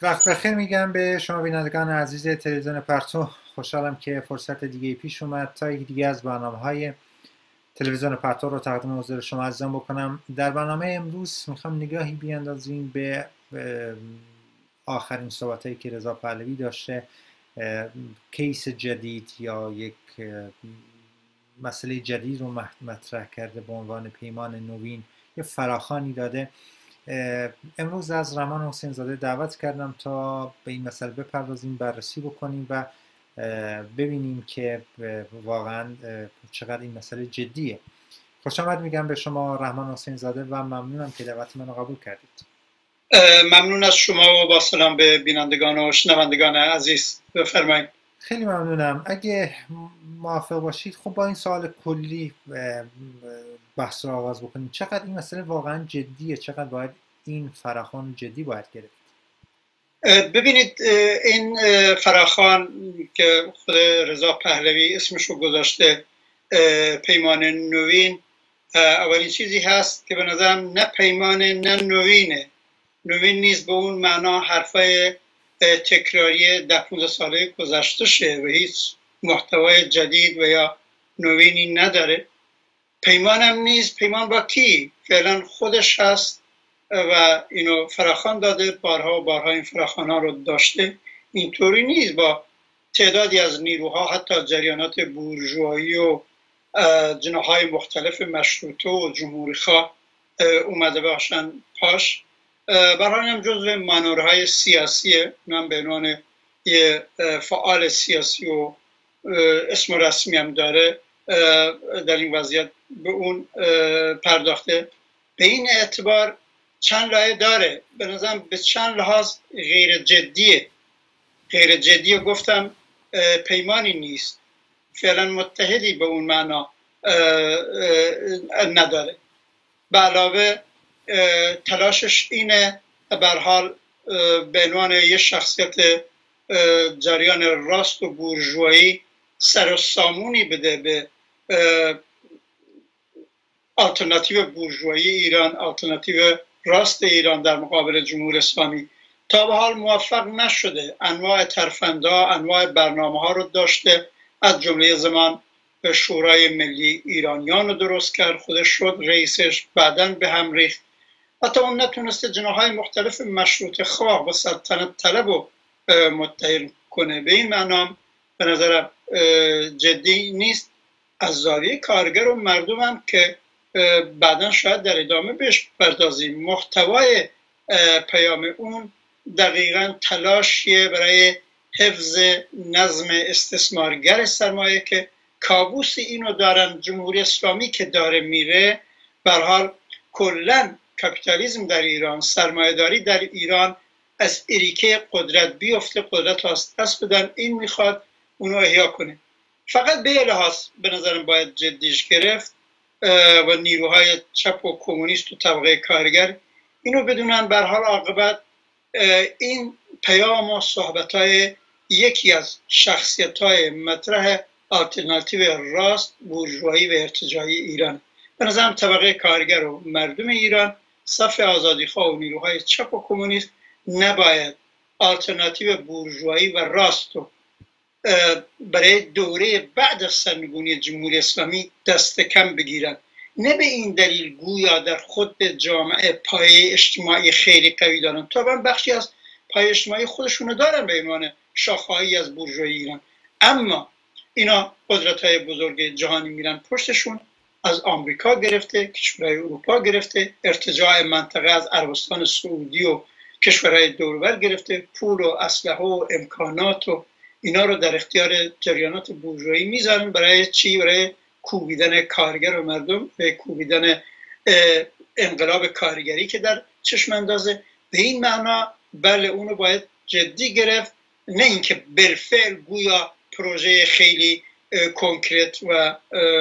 وقت بخیر میگم به شما بینندگان عزیز تلویزیون پرتو. خوشحالم که فرصت دیگه پیش اومد تا یکی دیگه از برنامه‌های تلویزیون پرتو رو تقدیم حضور شما عزیزان بکنم. در برنامه امروز میخوام نگاهی بیاندازیم به آخرین صحبتایی که رضا پهلوی داشته، کیس جدید یا یک مسئله جدید رو مطرح کرده به عنوان پیمان نوین، یه فراخوانی داده. امروز از رحمان حسین زاده دعوت کردم تا به این مسئله بپردازیم، بررسی بکنیم و ببینیم که واقعا چقدر این مسئله جدیه. خوش آمد میگم به شما رحمان حسین زاده و ممنونم که دعوت منو قبول کردید. ممنون از شما و با سلام به بینندگان و شنوندگان عزیز. بفرمایید. خیلی ممنونم. اگه موافق باشید خب با این سوال کلی بحث رو آغاز بکنیم. چقدر این مسئله واقعا جدیه؟ چقدر باید این فراخوان جدی باید گرفت؟ ببینید، این فراخوان که خود رضا پهلوی اسمش رو گذاشته پیمان نوین، اولین چیزی هست که به نظرم نه پیمان نه نوینه. نوین نیست به اون معنا حرفای تکراری 10-15 ساله گذشته شه و هیچ محتوای جدید و یا نوینی نداره. پیمان هم نیست. پیمان با کی؟ فعلا خودش هست و اینو فراخوان داده، بارها و بارها این فراخوان ها رو داشته. اینطوری نیست با تعدادی از نیروها، حتی جریانات بورژوایی و جناح‌های مختلف مشروطه و جمهوری‌خواه اومده باشن پاش. برای هم جزو مانورهای سیاسیه، من به عنوان یه فعال سیاسی و اسم رسمی هم داره در این وضعیت به اون پرداخته. به این اعتبار چند لایه داره. به نظرم به چند لحاظ غیر جدیه. غیر جدیه گفتم، پیمانی نیست، فعلا متحدی به اون معنا نداره. به علاوه تلاشش اینه به هر حال به عنوان یه شخصیت جریان راست و بورژوایی سر و سامونی بده به آلترناتیو بورژوایی ایران، آلترناتیو راست ایران در مقابل جمهوری اسلامی. تا به حال موفق نشده. انواع ترفندا، انواع برنامه ها رو داشته، از جمله زمان شورای ملی ایرانیان رو درست کرد، خودش شد رئیسش، بعداً به هم ریخت. حتی اون نتونسته جناح‌های مختلف مشروطه خواه و سلطنت طلب رو متحد کنه. به این معنا به نظرم جدی نیست. از زاویه کارگر و مردم هم که بعداً شاید در ادامه بهش پردازیم، محتوای پیام اون دقیقاً تلاشیه برای حفظ نظم استثمارگر سرمایه که کابوس اینو دارن. جمهوری اسلامی که داره میره، به هر حال کلاً کاپیتالیسم در ایران، سرمایه‌داری در ایران از اریکه قدرت بیفته، قدرت از دست بدن. این میخواد اونو احیا کنه. فقط به یه لحاظ به نظرم باید جدیش گرفت و نیروهای چپ و کمونیست و طبقه کارگر اینو بدونن به هر حال عاقبت این پیام و صحبت‌های یکی از شخصیت‌های مطرح آلترناتیو راست، بورژوایی و ارتجاعی ایران. به نظرم طبقه کارگر و مردم ایران، صف آزادیخواه و نیروهای چپ و کمونیست نباید آلترناتیو بورژوایی و راست رو برای دوره بعد از سرنگونی جمهوری اسلامی دست کم بگیرن. نه به این دلیل گویا در خود جامعه پایه اجتماعی خیلی قوی دارن. طبعا بخشی از پایه اجتماعی خودشونو دارن به عنوان شاخه‌ای از بورژوایی ایران، اما اینا قدرت‌های بزرگ جهانی میرن پشتشون، از آمریکا گرفته، کشورهای اروپا گرفته، ارتجاع منطقه از عربستان سعودی و کشورهای دور و بر گرفته، پول و اسلحه و امکانات و اینا رو در اختیار جریانات بورژوایی میذارن. برای چی؟ برای کوبیدن کارگر و مردم، به کوبیدن انقلاب کارگری که در چشم اندازه. به این معنا بله اونو باید جدی گرفت، نه اینکه بالفعل گویا پروژه خیلی کنکرت و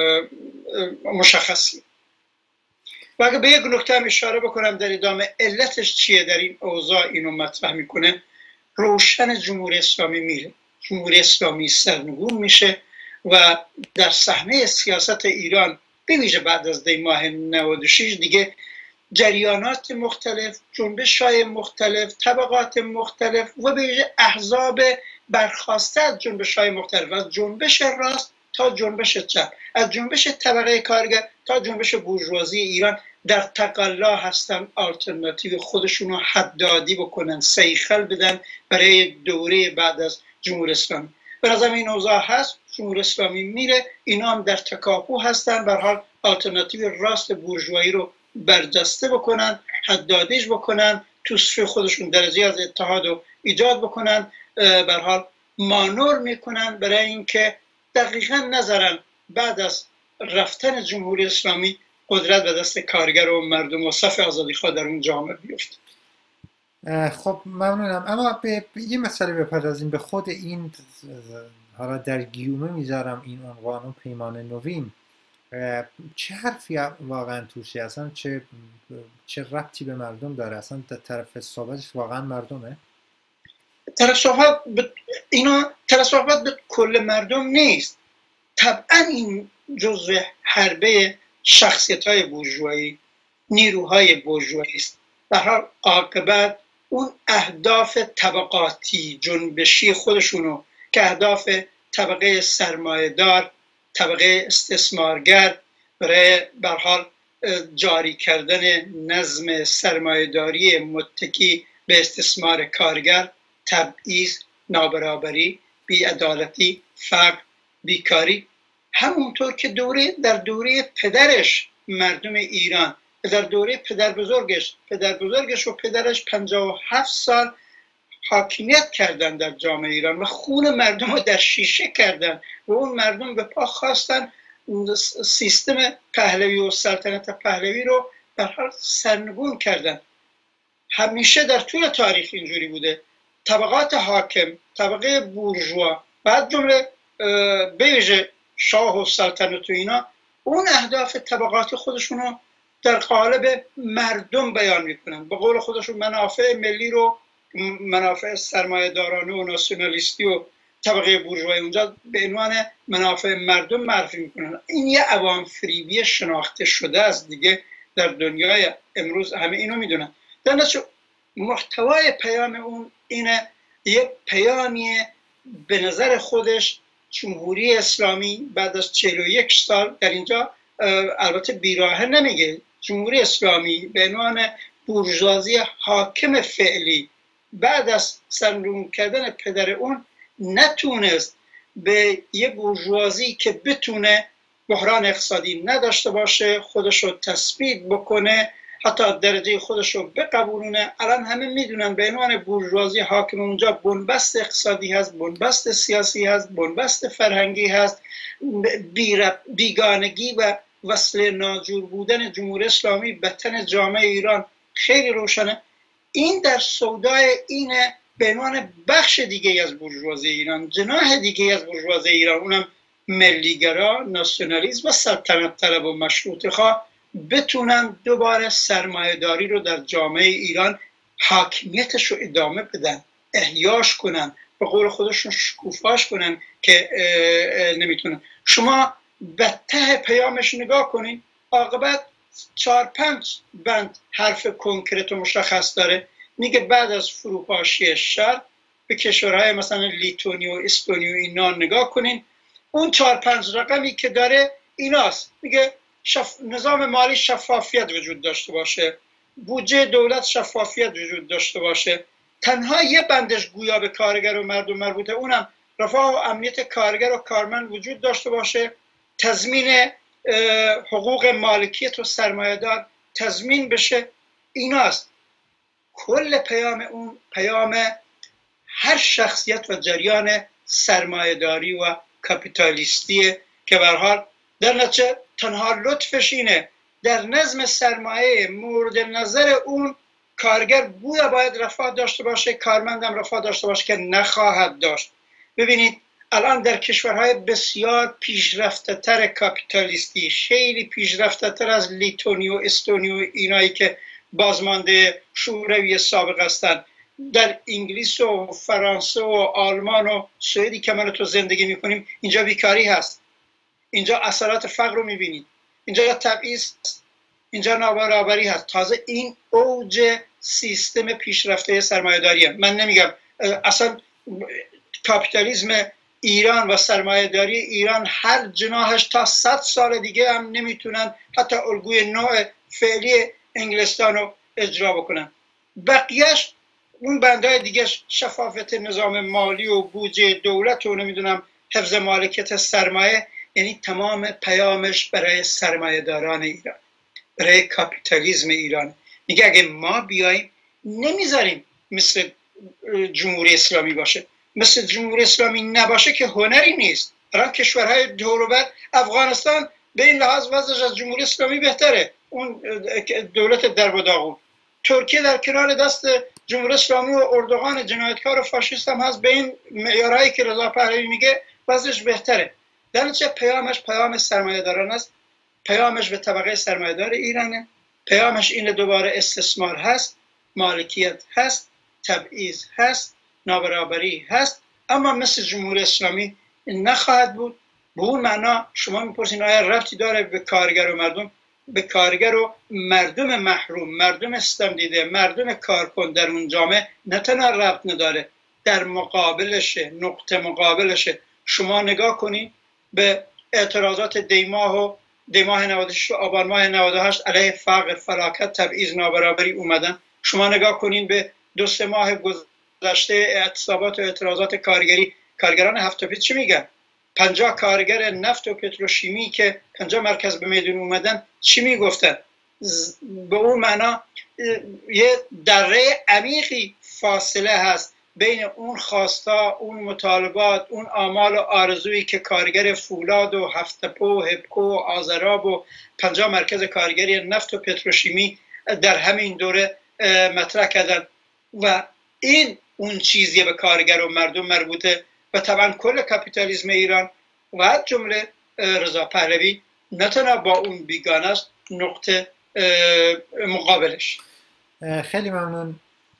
مشخصی. و اگه به یک نکته هم اشاره بکنم در ادامه، علتش چیه در این اوضاع اینو مطرح میکنه؟ روشن جمهوری اسلامی میره، جمهوری اسلامی سرنگون میشه و در صحنه سیاست ایران به ویژه بعد از دی ماه 96 دیگه جریانات مختلف، جنبش‌های مختلف، طبقات مختلف و به ویژه احزاب برخواسته از جنبش‌های مختلف، از جنبش راست تا جنبش چپ، از جنبش طبقه کارگر تا جنبش بورژوازی ایران در تقلا هستن آلترناتیو خودشون رو حدادی بکنن، سیخل بدن برای دوره بعد از جمهوری اسلامی. به نظرم این اوضاع هست، جمهوری اسلامی میره، اینا هم در تکاپو هستن، به هر حال آلترناتیو راست بورژوایی رو برجسته بکنن، حدادیش بکنن، توصیف خودشون درجه از اتحاد رو ایجاد بکنن، به هر حال مانور میکنن برای اینکه دقیقاً نذارن بعد از رفتن جمهوری اسلامی قدرت به دست کارگر و مردم و صف آزادیخواه در اون جامعه بیفته. خب ممنونم، اما به یه مسئله بپردازیم، به خود این، حالا در گیومه میذارم این عنوان و پیمان نوین، چه حرفی واقعا توشی، اصلا چه ربطی به مردم داره، اصلا طرف صحبتش واقعا مردمه؟ طرف صحبت به کل مردم نیست، طبعا این جزء حربه شخصیت‌های بورژوایی، نیروهای بورژوایی است. به هر عاقبت اون اهداف طبقاتی جنبشی خودشونو که اهداف طبقه سرمایه‌دار، طبقه استثمارگر برای به هر حال جاری کردن نظم سرمایه‌داری متکی به استثمار کارگر، تبعیض، نابرابری، بی‌عدالتی، فقر، بیکاری، همونطور که در دوره پدرش مردم ایران، در دوره پدر بزرگش و پدرش 57 سال حاکمیت کردن در جامعه ایران و خون مردم رو در شیشه کردن و اون مردم به پا خواستن سیستم پهلوی و سلطنت پهلوی رو به حال سرنگون کردن. همیشه در طول تاریخ اینجوری بوده، طبقات حاکم، طبقه بورژوا، بعد جمله به ویژه شاه و سلطنت و اینا، اون اهداف طبقات خودشونو در قالب مردم بیان میکنن، به قول خودشون منافع ملی رو، منافع سرمایه‌دارانه و ناسیونالیستی و طبقه بورژوایی اونجا به عنوان منافع مردم معرفی میکنن. این یه عوام فریبی شناخته شده است دیگه، در دنیای امروز همه اینو میدونن. در نتیجه محتوای پیام اون اینه، یه پیامیه به نظر خودش جمهوری اسلامی بعد از 41 سال در اینجا، البته بیراهه نمیگه، جمهوری اسلامی به عنوان بورژوازی حاکم فعلی بعد از سرنگون کردن پدر اون نتونست به یه بورژوازی که بتونه بحران اقتصادی نداشته باشه، خودشو تثبیت بکنه، حتی درجه خودشو بقبولونه. الان همه میدونن به عنوان بورژوازی حاکم اونجا بنبست اقتصادی هست، بنبست سیاسی هست، بنبست فرهنگی هست، بیگانگی و وصل ناجور بودن جمهوری اسلامی به تن جامعه ایران خیلی روشنه. این در سودای اینه به عنوان بخش دیگه از بورژوازی ایران، جناح دیگه از بورژوازی ایران، اونم ملیگرا، ناسیونالیسم و سلطنت طلب و مشروطه خواه، بتونن دوباره سرمایه‌داری رو در جامعه ایران حاکمیتش رو ادامه بدن، احیاش کنن، به قول خودشون شکوفاش کنن که نمیتونن. شما به ته پیامش نگاه کنین، عاقبت 4-5 بند حرف کنکرت و مشخص داره. میگه بعد از فروپاشی شرق به کشورهای مثلا لیتوانی و استونی و اینا نگاه کنین، اون 4-5 رقمی که داره ایناست. میگه نظام مالی شفافیت وجود داشته باشه، بودجه دولت شفافیت وجود داشته باشه، تنها یه بندش گویا به کارگر و مردم مربوطه، اونم رفاه و امنیت کارگر و کارمند وجود داشته باشه، تضمین حقوق مالکیت و سرمایه‌دار تضمین بشه. ایناست کل پیام اون، پیام هر شخصیت و جریان سرمایه‌داری و کاپیتالیستیه که به هر حال در نتیجه تنها لطفش اینه در نظم سرمایه مورد نظر اون کارگر گویا باید رفاه داشته باشه، کارمندم رفاه داشته باشه که نخواهد داشت. ببینید الان در کشورهای بسیار پیشرفته تر کاپیتالیستی، خیلی پیشرفته تر از لیتوانی و استونی و اینایی که بازمانده شوروی سابق هستن، در انگلیس و فرانسه و آلمان و سوئدی که من تو زندگی میکنیم، اینجا بیکاری هست، اینجا اثرات فقر رو میبینید، اینجا تبعیض، اینجا نابرابری هست. تازه این اوج سیستم پیشرفته سرمایه‌داریه. من نمیگم اصلا کاپیتالیسم ایران و سرمایه‌داری ایران هر جناحش تا 100 سال دیگه هم نمیتونن حتی الگوی نوع فعلی انگلستان رو اجرا بکنن. بقیهش اون بندهای دیگه شفافیت نظام مالی و بودجه دولت و نمیدونم حفظ مالکیت سرمایه، یعنی تمام پیامش برای سرمایه‌داران ایران، برای کاپیتالیسم ایران. میگه اگه ما بیاییم نمیذاریم مثل جمهوری اسلامی باشه. مثل جمهوری اسلامی نباشه که هنری نیست. الان کشورهای دور و بر، افغانستان به این لحاظ وضعش از جمهوری اسلامی بهتره، اون دولت درب و داغون. ترکیه در کنار دست جمهوری اسلامی و اردوغان جنایتکار و فاشیست هم هست، به این معیارهایی که رضا پهلوی میگه وضعش بهتره. در نتیجه پیامش پیام سرمایه‌داران است، پیامش به طبقه سرمایه‌دار ایرانه، پیامش این دوباره استثمار هست، مالکیت هست، تبعیض هست، نابرابری هست. اما مثل جمهوری اسلامی نخواهد بود. به اون معنا شما میپرسین آیا ربطی داره به کارگر و مردم؟ به کارگر و مردم محروم، مردم ستم دیده، مردم کارکن در اون جامعه نه تنها ربط نداره، در مقابلشه، نقطه مقابلشه. شما نگاه کنید به اعتراضات دیماه 96 و آبان ماه 98 علیه فقر، فلاکت، تبعیض، نابرابری اومدن. شما نگاه کنید به 2-3 ماه گذشته اعتصابات و اعتراضات کارگران هفته پیش چی میگن؟ 50 کارگر نفت و پتروشیمی که 50 مرکز به میدون اومدن چی میگفتن؟ به اون معنا یه دره عمیقی فاصله هست بین اون خواستا، اون مطالبات، اون آمال و آرزویی که کارگر فولاد و هفتپو، هبکو و آذراب و 50 مرکز کارگری نفت و پتروشیمی در همین دوره مطرح کردن و این اون چیزیه به کارگر و مردم مربوطه. و طبعا کل کاپیتالیسم ایران و از جمله رضا پهلوی نه تنها با اون بیگانه است، نقطه مقابلش. خیلی ممنون.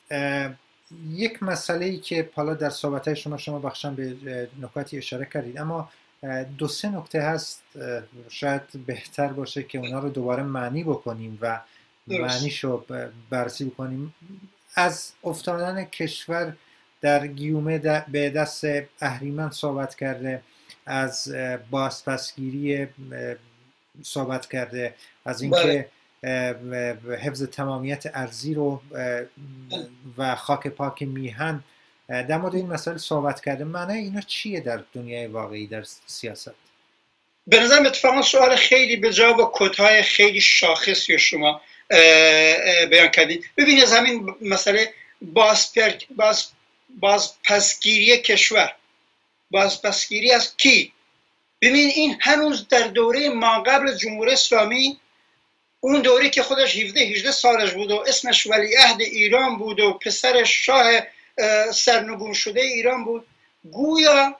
یک مسئله‌ای که حالا در صحبت‌های شما بخشم به نکاتی اشاره کردید، اما 2-3 نکته هست شاید بهتر باشه که اونا رو دوباره معنی بکنیم و معنیشو بررسی بکنیم. از افتادن کشور در گیومه به دست اهریمن صحبت کرده، از بازپسگیری صحبت کرده، از اینکه حفظ تمامیت ارضی رو و خاک پاک میهن در مورد این مسئله صحبت کرده. معنی اینا چیه در دنیای واقعی، در سیاست؟ به نظرم اتفاقا سوال خیلی به جا و کدهای خیلی شاخصی شما بیان کردید. ببینید از همین مسئله بازپسگیری کشور، بازپسگیری از کی؟ ببین این هنوز در دوره ما قبل جمهوری اسلامی، اون دوره که خودش 17-18 سالش بود و اسمش ولیعهد ایران بود و پسر شاه سرنگون شده ایران بود، گویا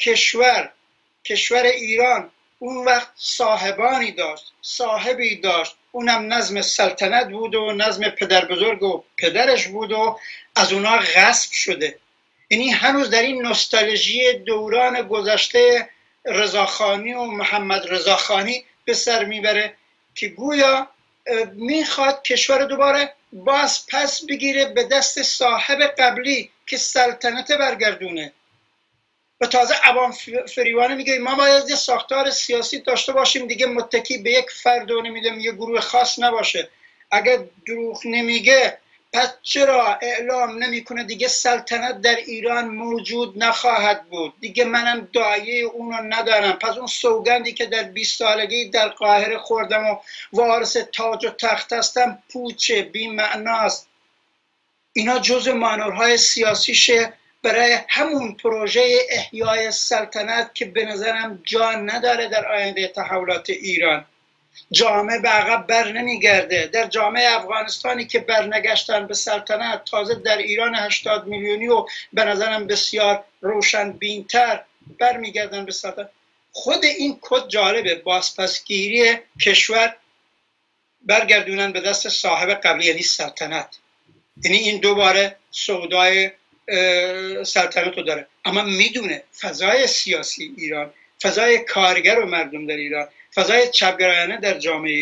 کشور ایران اون وقت صاحبانی داشت، صاحبی داشت، اونم نظم سلطنت بود و نظم پدر بزرگ و پدرش بود و از اونا غصب شده. یعنی هنوز در این نوستالژی دوران گذشته رضاخانی و محمد رضاخانی به سر میبره که گویا میخواد کشور دوباره باز پس بگیره به دست صاحب قبلی که سلطنت برگردونه. و تازه عوام فریوانه میگه ما باید یه ساختار سیاسی داشته باشیم دیگه، متکی به یک فرد و نمیدونم یه گروه خاص نباشه. اگر دروغ نمیگه پس چرا اعلام نمیکنه دیگه سلطنت در ایران موجود نخواهد بود، دیگه منم دایه اونو ندارم، پس اون سوگندی که در 20 سالگی در قاهره خوردم و وارث تاج و تخت هستم پوچه، بی معناست. اینا جزء مانورهای سیاسیشه برای همون پروژه احیای سلطنت که به نظرم جان نداره در آینده تحولات ایران. جامعه به عقب بر نمیگرده. در جامعه افغانستانی که برنگشتن به سلطنت، تازه در ایران 80 میلیونی و به نظرم بسیار روشن بینتر برمیگردن به سلطنت. خود این کد جالبه، بازپسگیری کشور، برگردونن به دست صاحب قبلی یعنی سلطنت. یعنی این دوباره سودای سلطنت رو داره، اما میدونه فضای سیاسی ایران، فضای کارگر و مردم در ایران، فضای چپگرایانه در جامعه ایران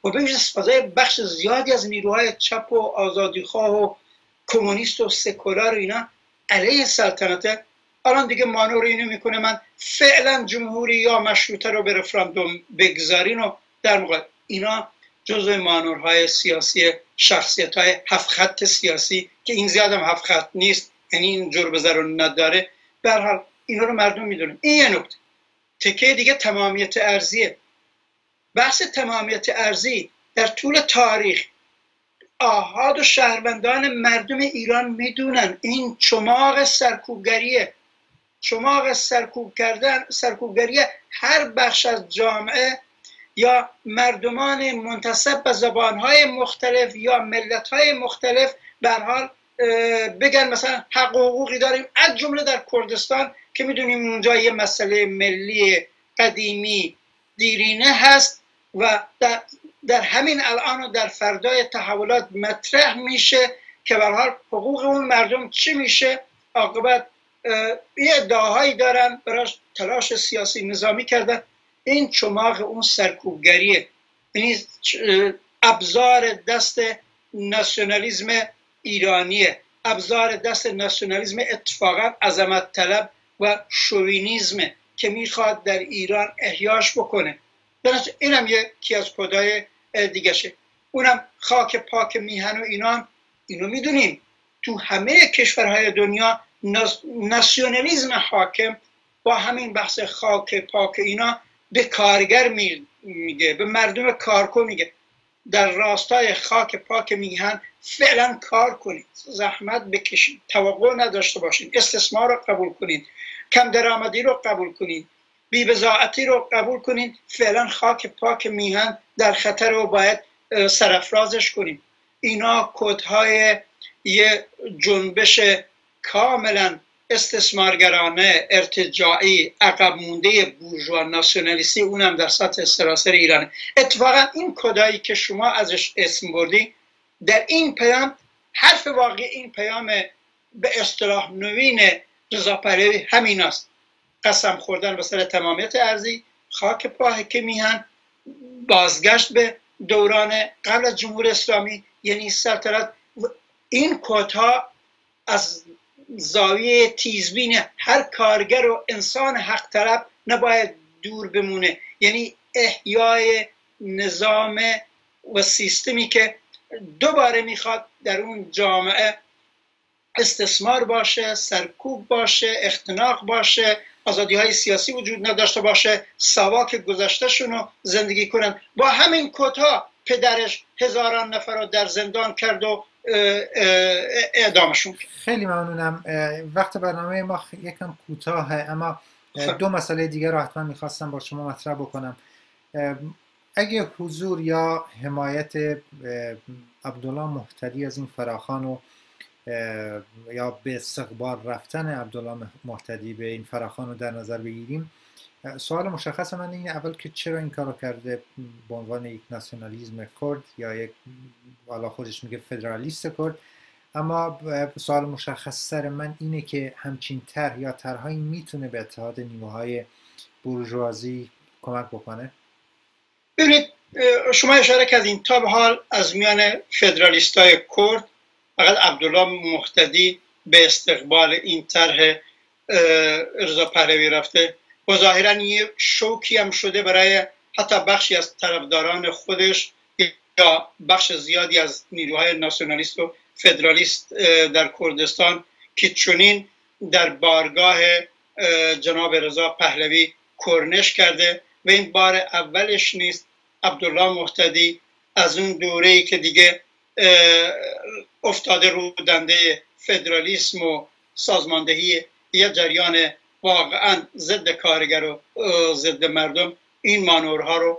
و به ویژه فضای بخش زیادی از نیروهای چپ و آزادیخواه و کمونیست و سکولار و اینا علیه سلطنته. الان دیگه مانور اینو میکنه من فعلا جمهوری یا مشروطه رو به رفراندوم بگذارین و در مقابل اینا جزء مانورهای سیاسی شخصیت‌های هفت خط سیاسی که این زیاد هم هفت خط نیست، یعنی این جور بزر رو نداره. به هر حال اینا رو مردم میدونن. این یه نکته. تکه دیگه تمامیت ارضیه. بحث تمامیت ارضی در طول تاریخ آحاد و شهروندان مردم ایران میدونن این چماق سرکوبگریه. چماق سرکوبگری هر بخش از جامعه یا مردمان منتسب به زبانهای مختلف یا ملتهای مختلف به هر حال بگن مثلا حق و حقوقی داریم، از جمله در کردستان که میدونیم اونجا یه مسئله ملی قدیمی دیرینه هست و در همین الان و در فردای تحولات مطرح میشه که به هر حال حقوق اون مردم چی میشه. عاقبت یه ادعاهایی دارن براش تلاش سیاسی نظامی کردن. این چماق اون سرکوبگریه، یعنی ابزار دست ناسیونالیسم ایرانیه، ابزار دست ناسیونالیسم اتفاقا عظمت طلب و شوینیزمه که میخواد در ایران احیاش بکنه. اینم یکی از کدای دیگه شه. اونم خاک پاک میهن و اینو میدونیم تو همه کشورهای دنیا ناسیونالیسم حاکم با همین بحث خاک پاک اینا به کارگر میگه، به مردم کارکن میگه در راستای خاک پاک میهن فعلا کار کنید، زحمت بکشید، توقع نداشته باشید، استثمار رو قبول کنید، کم درآمدی رو قبول کنید، بی‌بضاعتی رو قبول کنید. فعلا خاک پاک میهن در خطر رو باید سرافرازش کنیم. اینا کدهای یه جنبش کاملا استثمارگرانه، ارتجاعی، عقب مونده بورژوا ناسیونالیستی، اونم در سطح سراسر ایرانه. اتفاقا این کدایی که شما ازش اسم بردی در این پیام حرف واقعی این پیام به اصطلاح نوین رضا پهلوی همین است: قسم خوردن به سر تمامیت ارضی، خاک پاک میهن، بازگشت به دوران قبل از جمهوری اسلامی یعنی سلطنت. این کدها از زاویه تیزبین هر کارگر و انسان حق طلب نباید دور بمونه، یعنی احیای نظام و سیستمی که دوباره میخواد در اون جامعه استثمار باشه، سرکوب باشه، اختناق باشه، آزادی های سیاسی وجود نداشته باشه، ساواک گذشتهشون رو زندگی کنن. با همین کدها پدرش هزاران نفر رو در زندان کرد و اعدامشون کرد. خیلی ممنونم. وقت برنامه ما یکم کوتاهه، اما دو مسئله دیگر رو حتما میخواستم با شما مطرح بکنم. اگه حضور یا حمایت عبدالله مهتدی از این فراخوان و یا به استقبال رفتن عبدالله مهتدی به این فراخوان رو در نظر بگیریم، سوال مشخص من اینه اول که چرا این کارو کرده به عنوان یک ناسیونالیسم کرد یا یک والا خودش میگه فدرالیست کرد، اما سوال مشخص سر من اینه که همچین طرح یا طرحهایی میتونه به اتحاد نیروهای بورژوازی کمک بکنه؟ ببینید شما اشاره کردین تا به حال از میان فدرالیستای کرد فقط عبدالله مهتدی به استقبال این طرح رضا پهلوی رفته و ظاهرا یه شوکی هم شده برای حتی بخشی از طرفداران خودش یا بخش زیادی از نیروهای ناسیونالیست و فدرالیست در کردستان که چنین در بارگاه جناب رضا پهلوی کرنش کرده و این بار اولش نیست. عبدالله مهتدی از اون دوره‌ای که دیگه افتاده رو دنده فدرالیسم و سازماندهی یه جریان واقعا ضد کارگر و ضد مردم این مانورها رو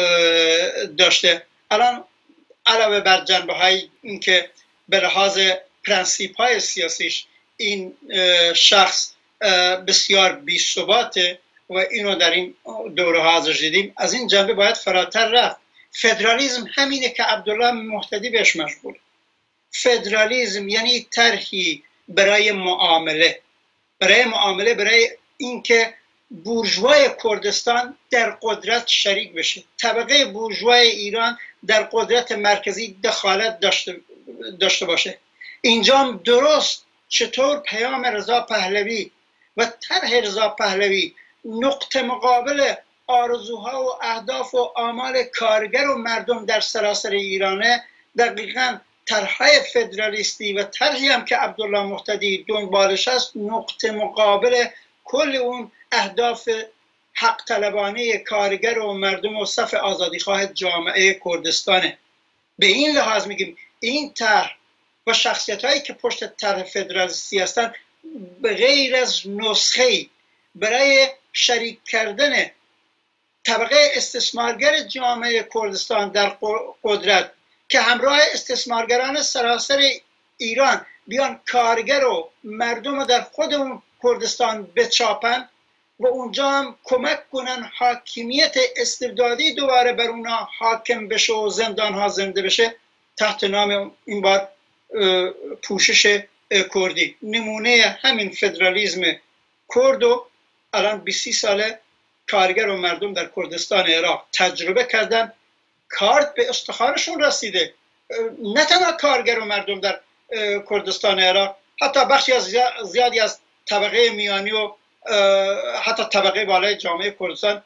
داشته. الان علاوه بر جنبه های این که به لحاظ پرنسیپ های سیاسیش این شخص بسیار بی‌ثباته و اینو در این دوره ها ازش دیدیم، از این جنبه باید فراتر رفت. فدرالیسم همینه که عبدالله مهتدی بهش مشغول. فدرالیسم یعنی طرحی برای معامله، برای اینکه بورژوای کردستان در قدرت شریک بشه، طبقه بورژوای ایران در قدرت مرکزی دخالت داشته باشه. اینجا درست چطور پیام رضا پهلوی و طرح رضا پهلوی نقطه مقابل آرزوها و اهداف و آمال کارگر و مردم در سراسر ایرانه، دقیقاً طرحهای فدرالیستی و طرحی هم که عبدالله مهتدی دنبالش است نقطه مقابل کل اون اهداف حق طلبانه کارگر و مردم و صف آزادیخواه جامعه کردستانه. به این لحاظ میگیم این طرح و شخصیت هایی که پشت طرح فدرالیستی هستند به غیر از نسخه برای شریک کردن طبقه استثمارگر جامعه کردستان در قدرت که همراه استثمارگران سراسر ایران بیان کارگر و مردم رو در خود اون کردستان بچاپن و اونجا هم کمک کنن حاکمیت استبدادی دوباره بر اونا حاکم بشه و زندان ها زنده بشه تحت نام این بار پوشش کردی. نمونه همین فدرالیسم کرد و الان 20 ساله کارگر و مردم در کردستان عراق تجربه کردن، کارت به استخوانشون رسیده. نه تنها کارگر و مردم در کردستان عراق، حتی بخشی از زیادی از طبقه میانی و حتی طبقه بالای جامعه کردستان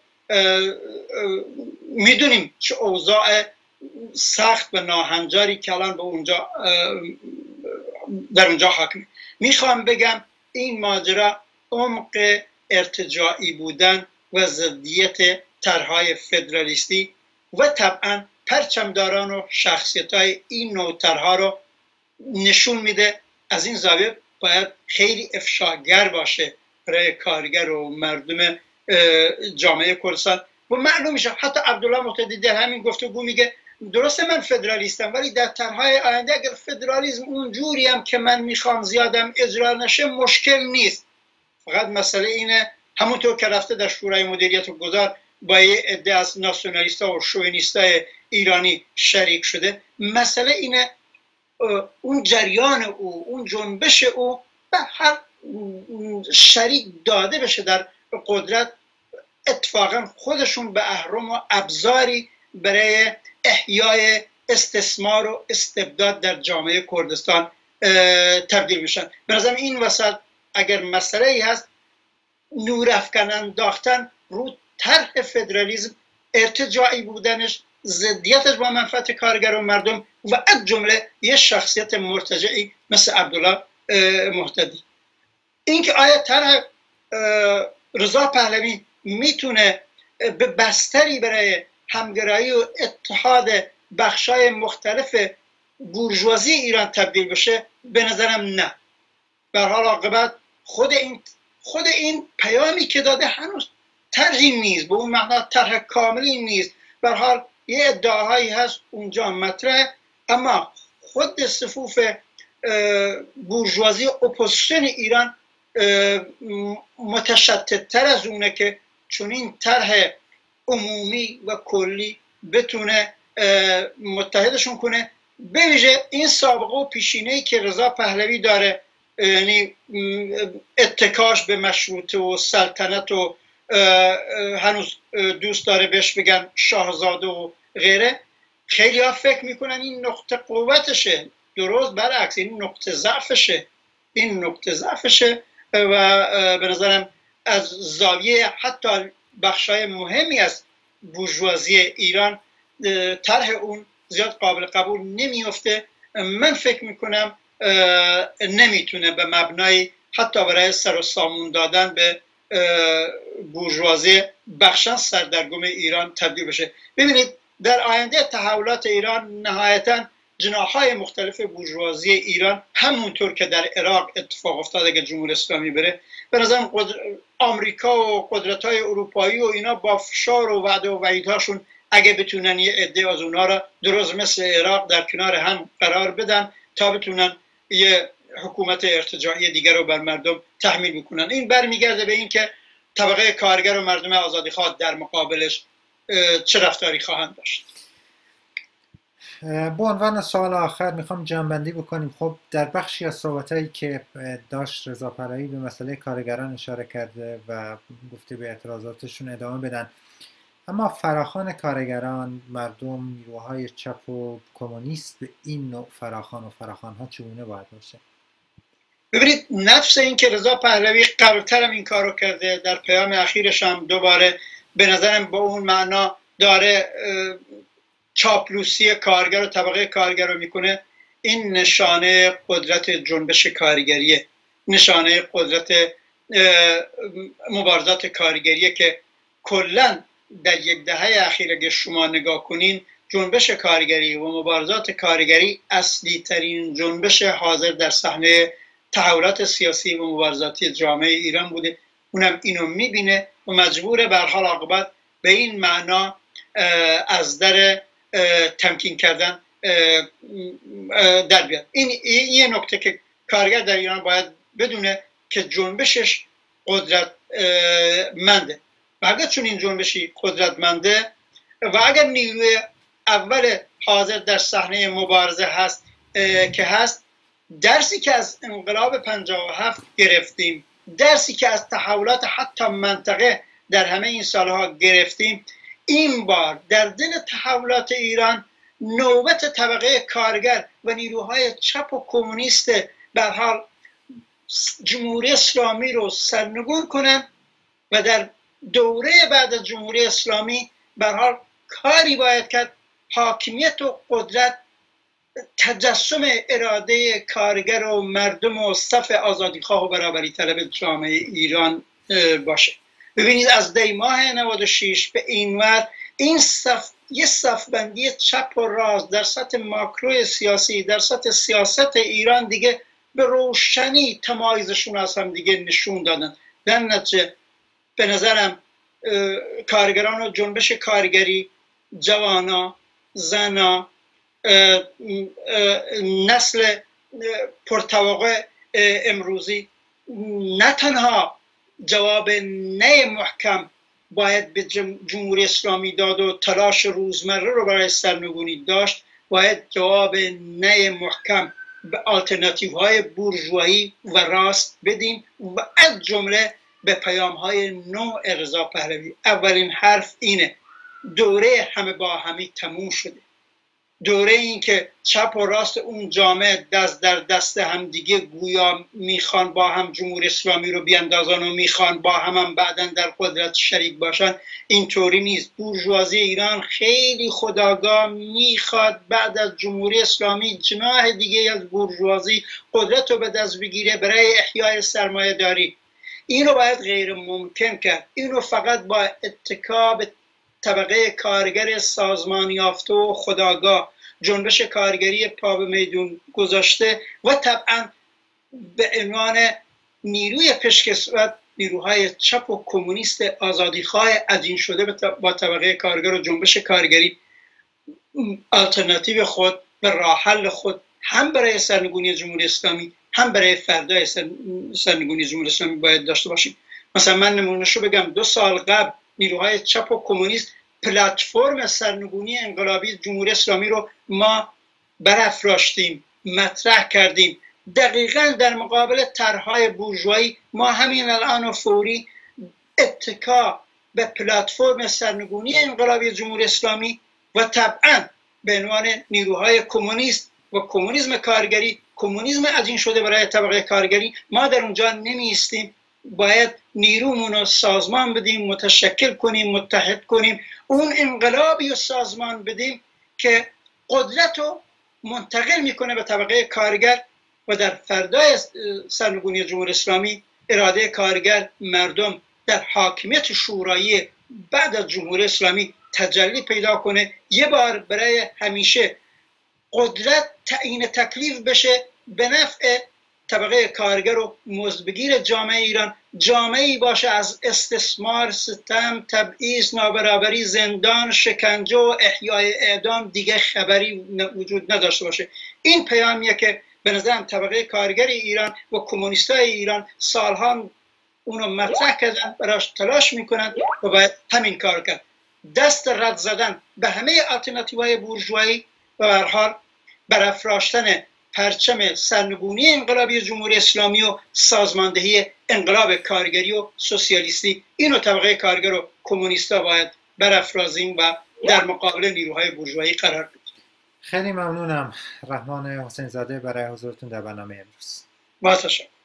میدونیم چه اوضاع سخت و ناهنجاری که الان به اونجا در اونجا حاکمه. میخوام بگم این ماجرا عمق ارتجاعی بودن و ضدیت طرحهای فدرالیستی و طبعا پرچمداران و شخصیت‌های این نوع طرحها رو نشون میده. از این زاویه باید خیلی افشاگر باشه برای کارگر و مردم جامعه کردستان و معلوم میشه. حتی عبدالله مهتدی در همین گفتگو میگه درسته من فدرالیستم ولی در طرحهای آینده اگر فدرالیسم اون جوری هم که من میخوام زیادم اجرا نشه مشکل نیست، فقط مسئله اینه همونطور که رفته در شورای مدیریت و گذار با یه عده از ناسیونالیست‌ها و شوونیست‌های ایرانی شریک شده، مسئله اینه اون جریان او، اون جنبش او به هر شریک داده بشه در قدرت، اتفاقا خودشون به اهرم و ابزاری برای احیای استثمار و استبداد در جامعه کردستان تبدیل میشن. به نظرم این وسط اگر مسئله ای هست نورافکن انداختن رو طرح فدرالیسم، ارتجاعی بودنش، ضدیتش با منفعت کارگر و مردم و از جمله یه شخصیت مرتجعی مثل عبدالله مهتدی. اینکه آیا طرح رضا پهلوی میتونه به بستری برای همگرایی و اتحاد بخشای مختلف بورژوازی ایران تبدیل بشه؟ به نظرم نه. به هر حال عاقبت خود این پیامی که داده هنوز طرحی نیست، به اون معنا طرح کاملی نیست. به هر حال یه ادعاهایی هست اونجا مطرح، اما خود صفوف بورژوازی اپوزیسیون ایران متشتت‌تر از اونه که چون این طرح عمومی و کلی بتونه متحدشون کنه. به ویژه این سابقه و پیشینه‌ای که رضا پهلوی داره، یعنی اتکاش به مشروطه و سلطنت و هنوز دوست داره بهش بگن شاهزاده و غیره، خیلی ها فکر میکنن این نقطه قوتشه، درست برعکس این نقطه ضعفشه و به نظرم از زاویه حتی بخشای مهمی از بورژوازی ایران طرح اون زیاد قابل قبول نمیفته. من فکر میکنم نمیتونه به مبنای حتی برای سر و سامون دادن به بورژوازی بخشا سردرگم ایران تبدیل بشه. ببینید در آینده تحولات ایران نهایتاً جناح‌های مختلف بورژوازی ایران همونطور که در عراق اتفاق افتاده که جمهوری اسلامی بره، به نظرم آمریکا و قدرت‌های اروپایی و اینا با فشار و وعده و وعیدهاشون اگه بتونن یه عده از اونها را درست مثل عراق در کنار هم قرار بدن تا بتونن یه حکومت ارتجاعی دیگر رو بر مردم تحمیل بکنن. این برمیگرده به این که طبقه کارگر و مردم آزادیخواه در مقابلش چه رفتاری خواهند داشت. به عنوان سوال آخر میخوام جمع‌بندی بکنیم. خب در بخشی از صحبتایی که داشت رضا پهلوی به مسئله کارگران اشاره کرده و گفته به اعتراضاتشون ادامه بدن، اما فراخوان کارگران، مردم، نیروهای چپ و کمونیست به این نوع فراخوان و فراخوان‌ها چگونه باید باشه؟ ببینید، نفس این که رضا پهلوی قبلتر هم این کارو کرده، در پیام اخیرش هم دوباره به نظرم با اون معنا داره چاپلوسی کارگر و طبقه کارگر رو میکنه. این نشانه قدرت جنبش کارگریه، نشانه قدرت مبارزات کارگریه که کلا در یک دهه اخیر اگه شما نگاه کنین، جنبش کارگری و مبارزات کارگری اصلی ترین جنبش حاضر در صحنه تحولات سیاسی و مبارزاتی جامعه ایران بوده. اونم اینو میبینه و مجبوره به هر حال عاقبت به این معنا از در تمکین کردن در بیاد. این یه نکته که کارگر در ایران باید بدونه که جنبشش قدرتمنده و اگر چون این جنبشی قدرتمنده و اگر نیروی اول حاضر در صحنه مبارزه هست که هست، درسی که از انقلاب 57 گرفتیم، درسی که از تحولات حتی منطقه در همه این سالها گرفتیم، این بار در دل تحولات ایران نوبت طبقه کارگر و نیروهای چپ و کمونیست به هر حال جمهوری اسلامی رو سرنگون کنن و در دوره بعد از جمهوری اسلامی به هر حال کاری باید کرد حاکمیت و قدرت تجسم اراده کارگر و مردم و صف آزادیخواه و برابری طلب جامعه ایران باشه. ببینید از دی ماه 96 به اینور این یه صفبندی چپ و راست در سطح ماکرو سیاسی، در سطح سیاست ایران دیگه به روشنی تمایزشون از هم دیگه نشون دادن. در نتیجه به نظرم کارگران و جنبش کارگری، جوانا، زنا، نسل پرتوقع امروزی نه تنها جواب نه محکم باید به جمهوری اسلامی داد و تلاش روزمره رو برای سرنگونی داشت، باید جواب نه محکم به آلترناتیو های بورژوایی و راست بدیم و از جمله به پیام های نوع رضا پهلوی. اولین حرف اینه: دوره همه با همی تموم شده. دوره این که چپ و راست اون جامعه دست در دست هم دیگه گویا میخوان با هم جمهوری اسلامی رو بیاندازن و میخوان با هم بعداً در قدرت شریک باشن، اینطوری نیست. بورژوازی ایران خیلی خودآگاه میخواد بعد از جمهوری اسلامی جناح دیگه از بورژوازی قدرت رو به دست بگیره برای احیای سرمایه داری. اینو باید غیر ممکن کرد. اینو فقط با اتکا به طبقه کارگر سازمان یافته و خودآگاه، جنبش کارگری پا به میدون گذاشته و طبعا به عنوان نیروی پیشکسوت نیروهای چپ و کمونیست آزادیخواه عجین شده با طبقه کارگر و جنبش کارگری آلترناتیو خود و راه حل خود هم برای سرنگونی جمهوری اسلامی هم برای فردای سرنگونی جمهوری اسلامی باید داشته باشیم. مثلا من نمونهشو بگم، 2 سال قبل نیروهای چپ و کمونیست پلتفرم سرنگونی انقلابی جمهوری اسلامی رو ما برافراشتیم، مطرح کردیم. دقیقاً در مقابل طرحهای بورژوایی ما همین الان و فوری اتکا به پلتفرم سرنگونی انقلابی جمهوری اسلامی و طبعاً به عنوان نیروهای کمونیست و کمونیسم کارگری، کمونیسم عجین شده برای طبقه کارگری، ما در اونجا نمیستیم. باید نیرومون رو سازمان بدیم، متشکل کنیم، متحد کنیم، اون انقلابی رو سازمان بدیم که قدرت رو منتقل میکنه به طبقه کارگر و در فردای سرنگونی جمهوری اسلامی اراده کارگر، مردم در حاکمیت شورایی بعد از جمهوری اسلامی تجلی پیدا کنه، یه بار برای همیشه قدرت تعیین تکلیف بشه به نفع طبقه کارگر و مزدبگیر جامعه ایران. جامعه‌ای باشه از استثمار، ستم، تبعیض، نابرابری، زندان، شکنجه و احیای اعدام دیگه خبری وجود نداشته باشه. این پیامیه که به نظرم طبقه کارگر ایران و کمونیستای ایران سالها اونو مطرح کردن، براش تلاش میکنن و باید همین کار کرد. دست رد زدن به همه آلترناتیوهای بورژوایی و به هر حال برافراشتن پرچم سرنگونی انقلابی جمهوری اسلامی و سازماندهی انقلاب کارگری و سوسیالیستی، اینو طبقه کارگر و کمونیستا باید برافرازیم و در مقابل نیروهای بورژوایی قرار بدیم. خیلی ممنونم رحمان حسین زاده برای حضورتون در برنامه امروز. با تشکر.